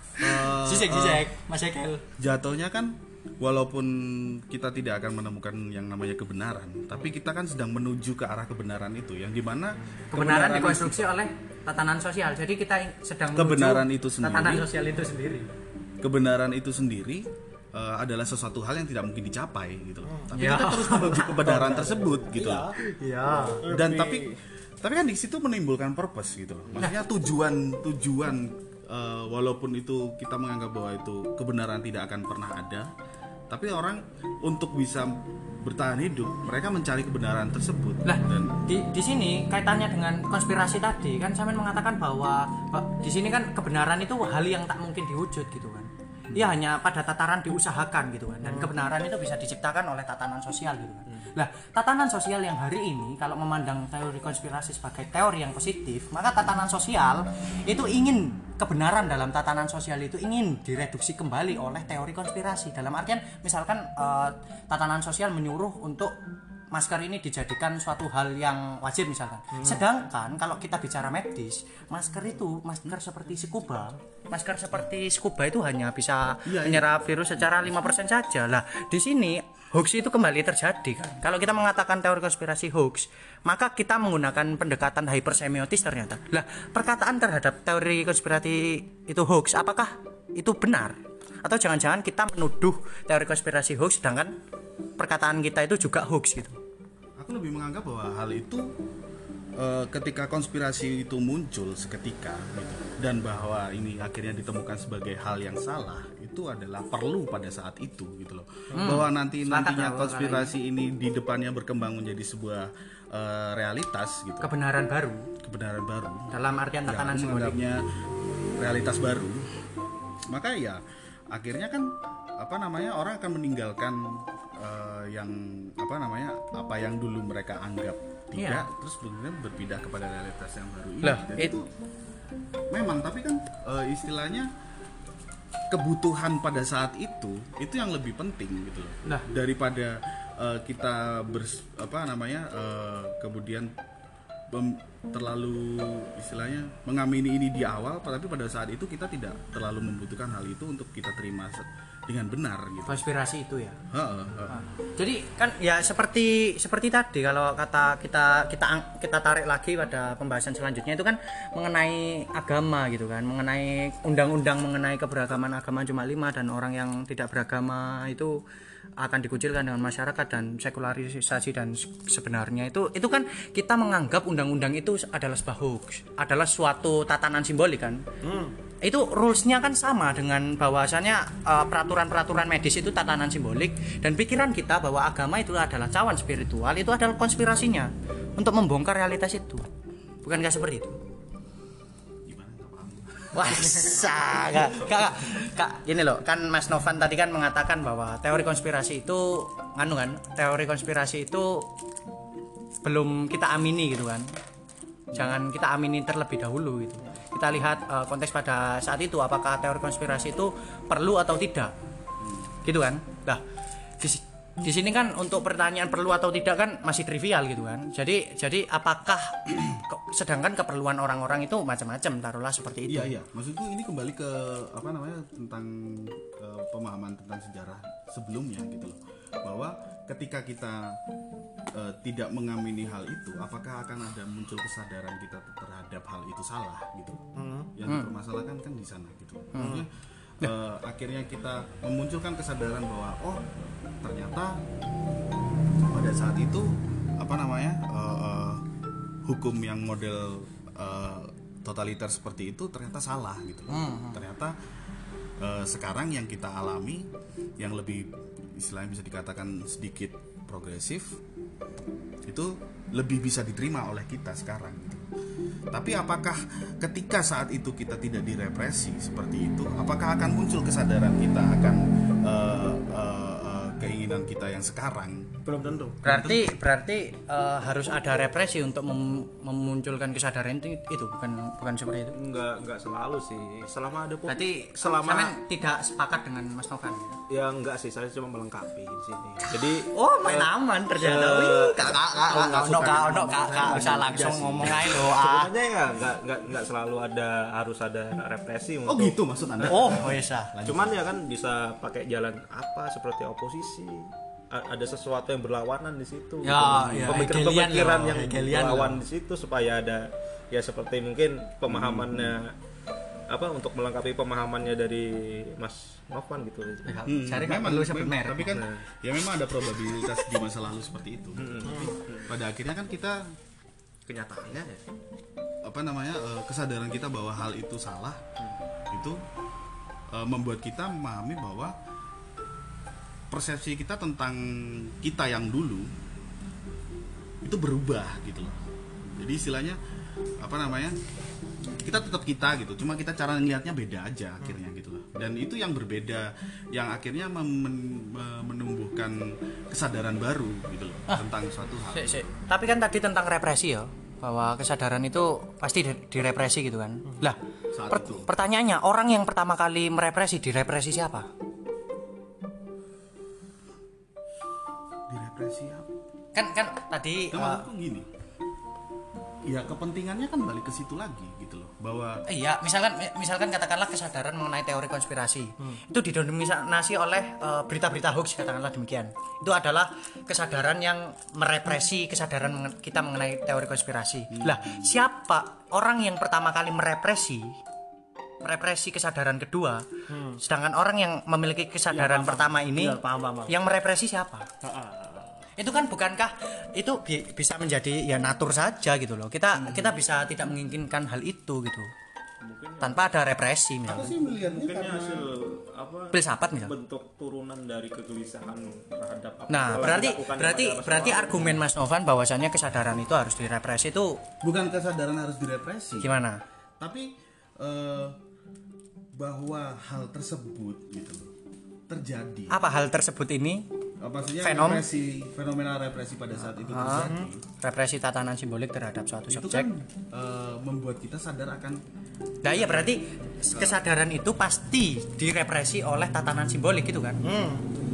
S3: Eh,
S1: Sisek-sisek, Mas Ekel.
S3: Jatuhnya kan walaupun kita tidak akan menemukan yang namanya kebenaran, tapi kita kan sedang menuju ke arah kebenaran itu, yang dimana
S1: Kebenaran dikonstruksi oleh tatanan sosial. Jadi kita sedang
S3: Kebenaran
S1: menuju
S3: itu sendiri.
S1: tatanan sosial itu sendiri.
S3: kebenaran itu sendiri eh, adalah sesuatu hal yang tidak mungkin dicapai gitu loh. Tapi
S1: Ya.
S3: kita terus menuju kebenaran tersebut gitu loh.
S1: Iya.
S3: Dan tapi tapi kan di situ menimbulkan purpose gitu loh. Maksudnya tujuan tujuan eh, walaupun itu kita menganggap bahwa itu kebenaran tidak akan pernah ada, tapi orang untuk bisa bertahan hidup mereka mencari kebenaran tersebut.
S1: Lah,
S3: Dan
S1: di di sini kaitannya dengan konspirasi tadi kan Samen mengatakan bahwa Pak, di sini kan kebenaran itu hal yang tak mungkin diwujud gitu kan. Ya hanya pada tataran diusahakan gitu kan. Dan kebenaran itu bisa diciptakan oleh tatanan sosial gitu kan. Lah, tatanan sosial yang hari ini kalau memandang teori konspirasi sebagai teori yang positif, maka tatanan sosial itu ingin kebenaran dalam tatanan sosial itu ingin direduksi kembali oleh teori konspirasi. Dalam artian misalkan eh, tatanan sosial menyuruh untuk masker ini dijadikan suatu hal yang wajib misalkan. Hmm. Sedangkan kalau kita bicara medis, masker itu masker seperti scuba, masker seperti scuba itu hanya bisa
S3: Iya,
S1: menyerap virus secara lima persen saja. Lah, di sini hoax itu kembali terjadi kan. Kalau kita mengatakan teori konspirasi hoax, maka kita menggunakan pendekatan hypersemiotis ternyata. Lah, perkataan terhadap teori konspirasi itu hoax, apakah itu benar? Atau jangan-jangan kita menuduh teori konspirasi hoax sedangkan perkataan kita itu juga hoax gitu.
S3: aku lebih menganggap bahwa hal itu eh, ketika konspirasi itu muncul seketika gitu, dan bahwa ini akhirnya ditemukan sebagai hal yang salah, itu adalah perlu pada saat itu gitu loh.
S1: Hmm.
S3: Bahwa nanti
S1: Sepakat
S3: nantinya
S1: lah,
S3: konspirasi ini di depannya berkembang menjadi sebuah eh, realitas gitu.
S1: Kebenaran baru
S3: Kebenaran baru.
S1: dalam artian
S3: Ya,
S1: tatanan
S3: aku
S1: simbolik.
S3: menganggapnya realitas baru. Maka ya akhirnya kan apa namanya orang akan meninggalkan eh, yang apa namanya apa yang dulu mereka anggap tidak,
S1: Iya.
S3: terus kemudian berpindah kepada realitas yang baru ini.
S1: Lah,
S3: Dan
S1: it-
S3: itu memang, tapi kan eh, istilahnya kebutuhan pada saat itu itu yang lebih penting gitu loh.
S1: Lah.
S3: Daripada eh, kita bers, apa namanya eh, kemudian Bem, terlalu istilahnya mengamini ini di awal, tapi pada saat itu kita tidak terlalu membutuhkan hal itu untuk kita terima se- dengan benar gitu.
S1: Konspirasi itu ya.
S3: Heeh, heeh.
S1: Jadi kan ya seperti seperti tadi kalau kata kita kita kita tarik lagi pada pembahasan selanjutnya itu kan mengenai agama gitu kan, mengenai undang-undang mengenai keberagaman agama cuma lima dan orang yang tidak beragama itu akan dikucilkan dengan masyarakat dan sekularisasi dan sebenarnya itu itu kan kita menganggap undang-undang itu adalah sebuah hoax, adalah suatu tatanan simbolik kan. Hmm. Itu rulesnya kan sama dengan bahwasannya uh, peraturan-peraturan medis itu tatanan simbolik dan pikiran kita bahwa agama itu adalah cawan spiritual itu adalah konspirasinya untuk membongkar realitas itu. Bukankah seperti itu?
S3: Gimana nggak paham?
S1: Wah, kak, kak, kak, ini loh, kan Mas Novan tadi kan mengatakan bahwa teori konspirasi itu, anu kan, teori konspirasi itu belum kita amini gitu kan. Jangan kita amini terlebih dahulu gitu. Kita lihat uh, konteks pada saat itu, apakah teori konspirasi itu perlu atau tidak, gitu kan? Nah, di, di sini kan untuk pertanyaan perlu atau tidak kan masih trivial gitu kan. Jadi, jadi apakah sedangkan keperluan orang-orang itu macam-macam, taruhlah seperti itu.
S3: Iya iya, maksudku ini kembali ke apa namanya tentang uh, pemahaman tentang sejarah sebelumnya gitu loh, bahwa ketika kita uh, tidak mengamini hal itu, apakah akan ada muncul kesadaran kita terhadap hal itu salah gitu. Hmm. Yang dipermasalahkan kan di sana gitu. Maksudnya uh, akhirnya kita memunculkan kesadaran bahwa oh ternyata pada saat itu apa namanya uh, uh, hukum yang model uh, totaliter seperti itu ternyata salah gitu. Hmm. Ternyata uh, sekarang yang kita alami yang lebih istilahnya bisa dikatakan sedikit progresif itu lebih bisa diterima oleh kita sekarang gitu. Tapi apakah ketika saat itu kita tidak direpresi seperti itu, apakah akan muncul kesadaran kita akan uh, uh, uh, keinginan kita yang sekarang?
S5: Belum tentu.
S1: Berarti berarti uh, harus ada represi untuk mem- memunculkan kesadaran itu, itu bukan bukan seperti itu.
S4: Enggak enggak selalu sih. Selama ada
S1: Berarti
S4: selama
S1: Samen tidak sepakat dengan Mas Novan.
S4: ya enggak sih, saya cuma melengkapi di sini. Jadi
S1: Oh, main aman ternyata.
S4: uh,
S1: Wih, Kak kak kak
S4: oh, nggak
S1: kak
S4: suka
S1: kak
S4: dengan
S1: kak kak bisa langsung
S4: sih.
S1: ngomong aja loh. Ah.
S4: Sebenarnya ya enggak enggak enggak selalu ada harus ada represi
S3: Oh
S4: untuk.
S3: gitu maksud Anda?
S1: Oh, bisa.
S4: Cuman ya kan bisa pakai jalan apa seperti oposisi. A- ada sesuatu yang berlawanan di situ.
S1: Ya, ya,
S4: Pemikiran-pemikiran
S1: Hegelian
S4: yang
S1: loh, Hegelian
S4: berlawan
S1: loh.
S4: di situ supaya ada ya seperti mungkin pemahamannya apa untuk melengkapi pemahamannya dari Mas Novan gitu.
S3: Hmm,
S1: Cari kan
S3: memang,
S1: perlu sebut
S3: mem-
S1: merek.
S3: tapi kan ya memang ada probabilitas di masa lalu seperti itu. Tapi pada akhirnya kan kita
S4: Kenyataannya ya.
S3: apa namanya eh, kesadaran kita bahwa hal itu salah itu eh, membuat kita memahami bahwa persepsi kita tentang kita yang dulu itu berubah gitu loh. Jadi istilahnya apa namanya kita tetap kita gitu, cuma kita cara ngelihatnya beda aja akhirnya gitu loh. Dan itu yang berbeda yang akhirnya mem- menumbuhkan kesadaran baru gitu loh ah, tentang suatu hal.
S1: Si, si. Tapi kan tadi tentang represi ya, bahwa kesadaran itu pasti di- direpresi gitu kan. Lah, per- pertanyaannya orang yang pertama kali merepresi direpresi siapa?
S3: Direpresi apa?
S1: Kan kan tadi
S3: Nah,
S1: uh,
S3: gini. Ya kepentingannya kan balik ke situ lagi gitu loh, bahwa
S1: iya, misalkan misalkan katakanlah kesadaran mengenai teori konspirasi hmm. itu didominasi oleh uh, berita-berita hoax, katakanlah demikian. Itu adalah kesadaran yang merepresi kesadaran mengen- kita mengenai teori konspirasi. Hmm. Lah, siapa orang yang pertama kali merepresi merepresi kesadaran kedua, hmm. sedangkan orang yang memiliki kesadaran ya, pertama ini
S5: ya, paham, paham, paham.
S1: yang merepresi siapa? Itu kan bukankah itu bi- bisa menjadi ya natur saja gitu loh. Kita hmm. kita bisa tidak menginginkan hal itu gitu. Mungkin tanpa ada represi misalnya.
S3: Aku sih melihatnya
S4: Mungkin
S3: karena
S4: hasil apa
S1: filsafat misalnya.
S4: bentuk turunan dari kegelisahan terhadap apa
S1: Nah,
S4: yang
S1: berarti
S4: dilakukan
S1: berarti
S4: pada
S1: berarti
S4: masa
S1: argumen Mas Novan bahwasannya kesadaran itu harus direpresi itu
S3: bukan kesadaran harus direpresi.
S1: gimana?
S3: Tapi eh, bahwa hal tersebut gitu loh terjadi.
S1: Apa hal tersebut ini?
S3: Maksudnya
S1: Fenom-
S3: represi, fenomena represi pada saat itu terjadi.
S1: Represi tatanan simbolik terhadap suatu
S3: Itu
S1: subjek.
S3: kan eh, membuat kita sadar akan
S1: Nah iya berarti kesadaran itu pasti direpresi oleh tatanan simbolik gitu kan? Hmm.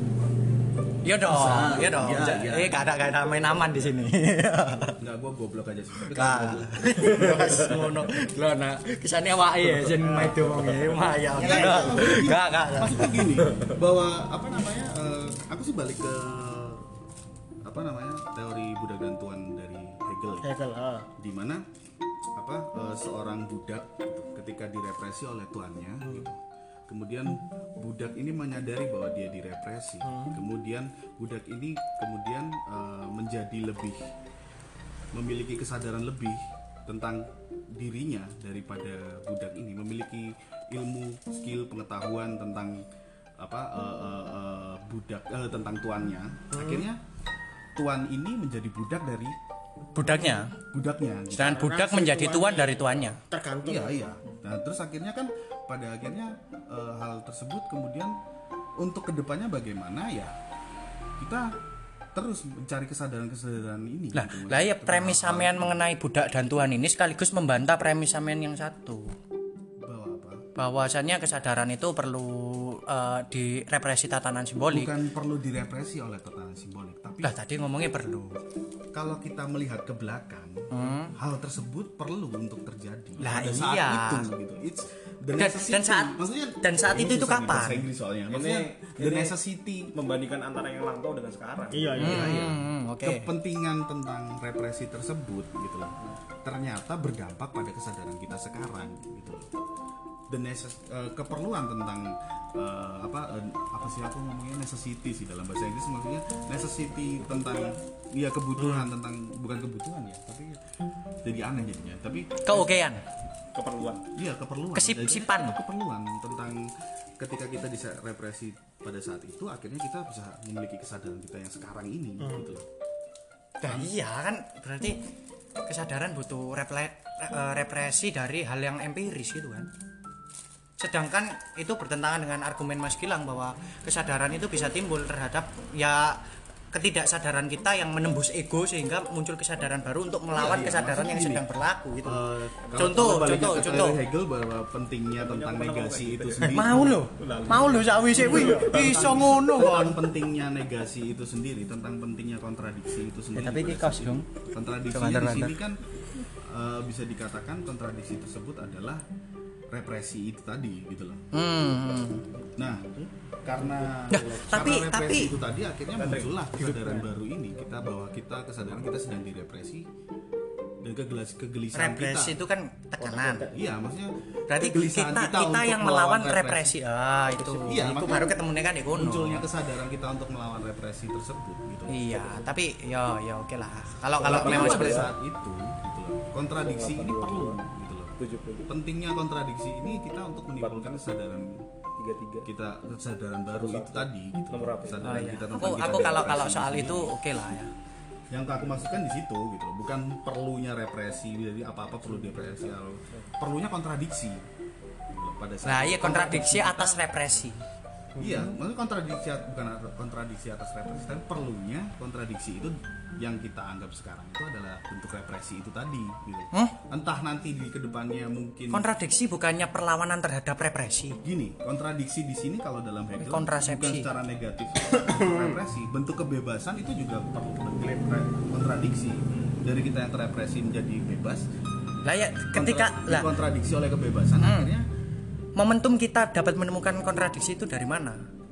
S1: Iya dong, iya dong.
S3: Iya, iya.
S1: Eh gak ada gak ada main aman di sini.
S3: enggak gua goblok aja sih. Tapi
S1: Kak.
S3: kalau
S1: Wes ngono. Lho nak kesane awake ya sing maido wong e maya. Enggak enggak.
S3: maksudnya gini bahwa apa namanya eh, aku sih balik ke apa namanya teori budak dan tuan dari Hegel ya.
S5: Hegel, ah.
S3: Di mana apa eh, seorang budak gitu, ketika direpresi oleh tuannya gitu. Kemudian budak ini menyadari bahwa dia direpresi. Kemudian budak ini kemudian eh, menjadi lebih memiliki kesadaran lebih tentang dirinya daripada budak ini, memiliki ilmu, skill, pengetahuan tentang apa eh, eh, eh, budak eh, tentang tuannya. Akhirnya tuan ini menjadi budak dari
S1: Budaknya.
S3: budaknya. Gitu.
S1: Sedangkan budak menjadi tuan dari tuannya.
S5: Tergantung.
S3: Iya iya. Nah terus akhirnya kan pada akhirnya uh, hal tersebut kemudian untuk kedepannya bagaimana ya kita terus mencari kesadaran-kesadaran ini.
S1: Lah,
S3: gitu.
S1: lah ya premis sampean mengenai budak dan Tuhan ini sekaligus membantah premis sampean yang satu.
S3: Bahwa apa?
S1: Bahwasannya kesadaran itu perlu uh, direpresi tatanan simbolik.
S3: Bukan perlu direpresi oleh tatanan simbolik, tapi
S1: Lah tadi ngomongnya perlu.
S3: kalau kita melihat ke belakang,
S1: Hmm.
S3: hal tersebut perlu untuk terjadi
S1: Lah,
S3: pada saat
S1: iya.
S3: itu gitu. It's the
S1: Dan-
S3: necessity.
S1: dan saat-
S3: maksudnya
S1: dan saat
S3: ini
S1: itu itu
S3: susah nih
S1: kapan?
S3: bahasa Inggris soalnya. Maksudnya
S4: Ini-
S3: the
S4: ini-
S3: necessity
S4: Membandingkan antara yang lampau dengan sekarang.
S5: Iya, iya.
S3: Iya, iya.
S1: Hmm, oke.
S3: Kepentingan tentang represi tersebut gitu loh. Ternyata berdampak pada kesadaran kita sekarang gitu loh. The necess- eh, keperluan tentang eh, apa eh, apa sih aku ngomongnya necessity sih dalam bahasa Inggris, maksudnya necessity tentang ya kebutuhan tentang bukan kebutuhan ya, tapi jadi aneh jadinya. Tapi
S1: Keokean.
S4: Keperluan.
S3: iya keperluan.
S1: Kesip-sipan.
S3: Jadi, keperluan tentang ketika kita bisa represi pada saat itu akhirnya kita bisa memiliki kesadaran kita yang sekarang ini gitu loh.
S1: Nah, iya kan berarti kesadaran butuh reple- eh, represi dari hal yang empiris gitu kan. Sedangkan itu bertentangan dengan argumen Mas Gilang bahwa kesadaran itu bisa timbul terhadap ya ketidaksadaran kita yang menembus ego sehingga muncul kesadaran baru untuk melawan
S3: Iya, iya,
S1: kesadaran
S3: maksudnya
S1: yang
S3: gini,
S1: sedang berlaku gitu.
S3: Eh, kalau-
S1: Contoh,
S3: kalau balik
S1: contoh,
S3: ke
S1: contoh.
S3: teori Hegel bahwa pentingnya tentang negasi itu sendiri.
S1: Mau lo, mau lo sakwise kuwi iso ngono kok.
S3: Tentang pentingnya negasi itu sendiri, tentang pentingnya kontradiksi itu sendiri.
S1: tapi ini
S3: pada
S1: kaos
S3: saat
S1: dong.
S3: itu. Kontradiksi
S1: Coba,
S3: di
S1: ntar,
S3: sini kan eh, bisa dikatakan kontradiksi tersebut adalah represi itu tadi gitu loh.
S1: Hmm.
S3: Nah, karena
S1: Nah, tapi-
S3: karena represi
S1: tapi-
S3: itu tadi akhirnya muncullah kesadaran baru ini kita bahwa kita kesadaran kita sedang direpresi dan kegelas kegelisahan
S1: Represi
S3: kita.
S1: itu kan tekanan.
S3: Iya, maksudnya
S1: Berarti
S3: kegelisahan
S1: kita kita,
S3: untuk
S1: yang melawan
S3: melawan
S1: represi. Ah, itu.
S3: Iya,
S1: itu
S3: makanya
S1: baru ketemunya kan di kono.
S3: munculnya kesadaran kita untuk melawan represi tersebut gitu.
S1: Iya, tapi ya ya oke lah. Kalau kalau
S3: Tapi
S1: memang
S3: pada
S1: seperti itu.
S3: saat itu gitu loh, kontradiksi ini perlu gitu loh. Pentingnya kontradiksi ini kita untuk menimbulkan kesadaran
S4: Tiga tiga.
S3: kita kesadaran baru itu tadi gitu.
S4: Nomor apa?
S1: Oh,
S3: Kesadaran
S1: iya.
S3: kita tentang
S1: Aku
S3: kita
S1: aku kalau
S3: direpresi
S1: kalau
S3: di
S1: soal
S3: sini.
S1: itu oke lah ya.
S3: Yang aku maksudkan di situ gitu loh, bukan perlunya represi, jadi apa-apa perlu direpresi, atau perlunya kontradiksi gitu loh, pada saat
S1: Nah, iya
S3: itu.
S1: kontradiksi atas represi.
S3: Iya, maksudnya kontradiksi bukan kontradiksi atas represi, tapi perlunya kontradiksi itu yang kita anggap sekarang itu adalah bentuk represi itu tadi gitu.
S1: Hah?
S3: Entah nanti di kedepannya mungkin
S1: Kontradiksi bukannya perlawanan terhadap represi.
S3: gini, kontradiksi di sini kalau dalam Hegel
S1: Kontrasepsi.
S3: bukan secara negatif represi, bentuk kebebasan itu juga perlu bentuk kontradiksi. Dari kita yang terrepresi menjadi bebas,
S1: Lah ya ketika
S3: kontra-
S1: lah
S3: dikontradiksi oleh kebebasan
S1: Hmm.
S3: akhirnya
S1: momentum kita dapat menemukan kontradiksi itu dari mana?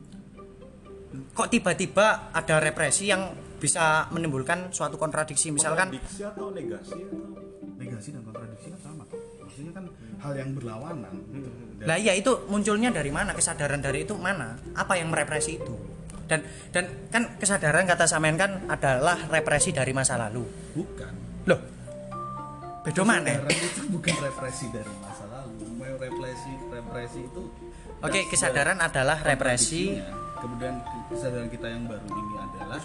S1: Kok tiba-tiba ada represi yang bisa menimbulkan suatu kontradiksi misalkan
S4: Kontradiksi atau negasi atau
S3: negasi dan kontradiksi kan sama. Maksudnya kan hal yang berlawanan gitu. Dan
S1: lah iya itu munculnya dari mana, kesadaran dari itu mana, apa yang merepresi itu, dan dan kan kesadaran kata sampean kan adalah represi dari masa lalu.
S3: bukan
S1: Loh beda mana?
S3: Kesadaran itu bukan represi dari masa lalu. Represi represi itu
S1: Oke, kesadaran adalah represi.
S3: kontradiksinya. Kemudian kesadaran kita yang baru ini adalah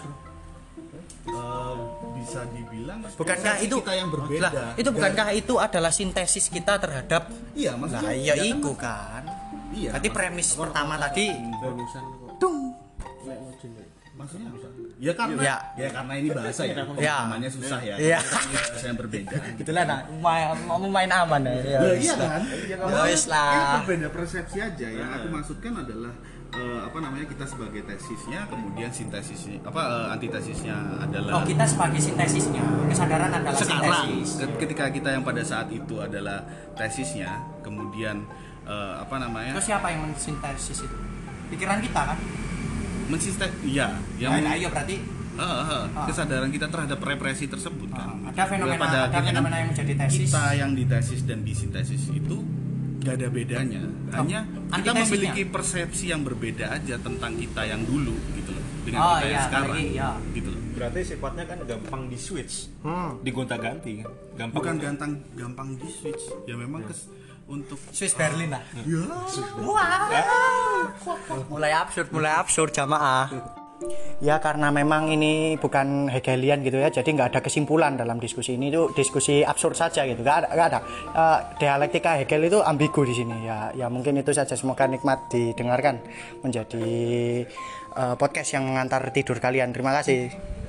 S3: eh, bisa dibilang
S1: Bukankah
S3: persepsi
S1: itu
S3: kita yang berbeda.
S1: Lah, itu bukankah itu adalah sintesis kita terhadap
S3: Iya, maksudnya
S1: lah iya
S3: ya kan,
S1: iku kan.
S3: Iya.
S1: Berarti
S3: mak-
S1: premis pertama tadi
S5: Bonusan kok.
S1: dung.
S3: maksudnya ya karena
S1: Ya.
S3: ya, karena ini bahasa ya.
S1: Ya.
S3: Namanya susah ya.
S1: Iya.
S3: Ini bahasa yang berbeda.
S1: Gitulah nah, mau main aman ya. Ya,
S3: Lah, iya kan?
S1: Ya wis
S3: Ini
S1: lah.
S3: berbeda persepsi aja. Yang aku maksudkan adalah eh, apa namanya kita sebagai tesisnya, kemudian sintesisnya apa eh, antitesisnya adalah
S1: Oh, kita sebagai sintesisnya. Kesadaran adalah
S3: sekarang
S1: sintesis.
S3: ke- ketika kita yang pada saat itu adalah tesisnya, kemudian eh, apa namanya
S1: Terus siapa yang mensintesis itu? Pikiran kita kan?
S3: mensiste iya yang
S1: Nah, nah, iya berarti
S3: eh, eh,
S1: Ah.
S3: kesadaran kita terhadap represi tersebut kan.
S1: Ah, ada fenomena-
S3: Pada
S1: ada
S3: akhirnya kan
S1: fenomena yang menjadi tesis.
S3: kita yang ditesis dan disintesis itu gak ada bedanya, hanya kita
S1: antitesisnya.
S3: memiliki persepsi yang berbeda aja tentang kita yang dulu gitu loh dengan
S1: Oh,
S3: kita yang
S1: iya,
S3: sekarang
S1: lagi, iya.
S3: gitu loh.
S4: berarti sifatnya kan gampang di switch,
S1: Hmm.
S4: digonta-ganti kan, gampang.
S3: Bukan gampang gampang di switch ya memang kes, untuk
S1: Swiss Berlin lah.
S3: ya
S1: Wah. Mulai absurd, mulai absurd jamaah. Ya karena memang ini bukan Hegelian gitu ya, jadi nggak ada kesimpulan dalam diskusi ini, itu diskusi absurd saja gitu, nggak ada, nggak ada. Uh, dialektika Hegel itu ambigu di sini ya, ya mungkin itu saja. Semoga nikmat didengarkan, menjadi uh, podcast yang mengantar tidur kalian. Terima kasih.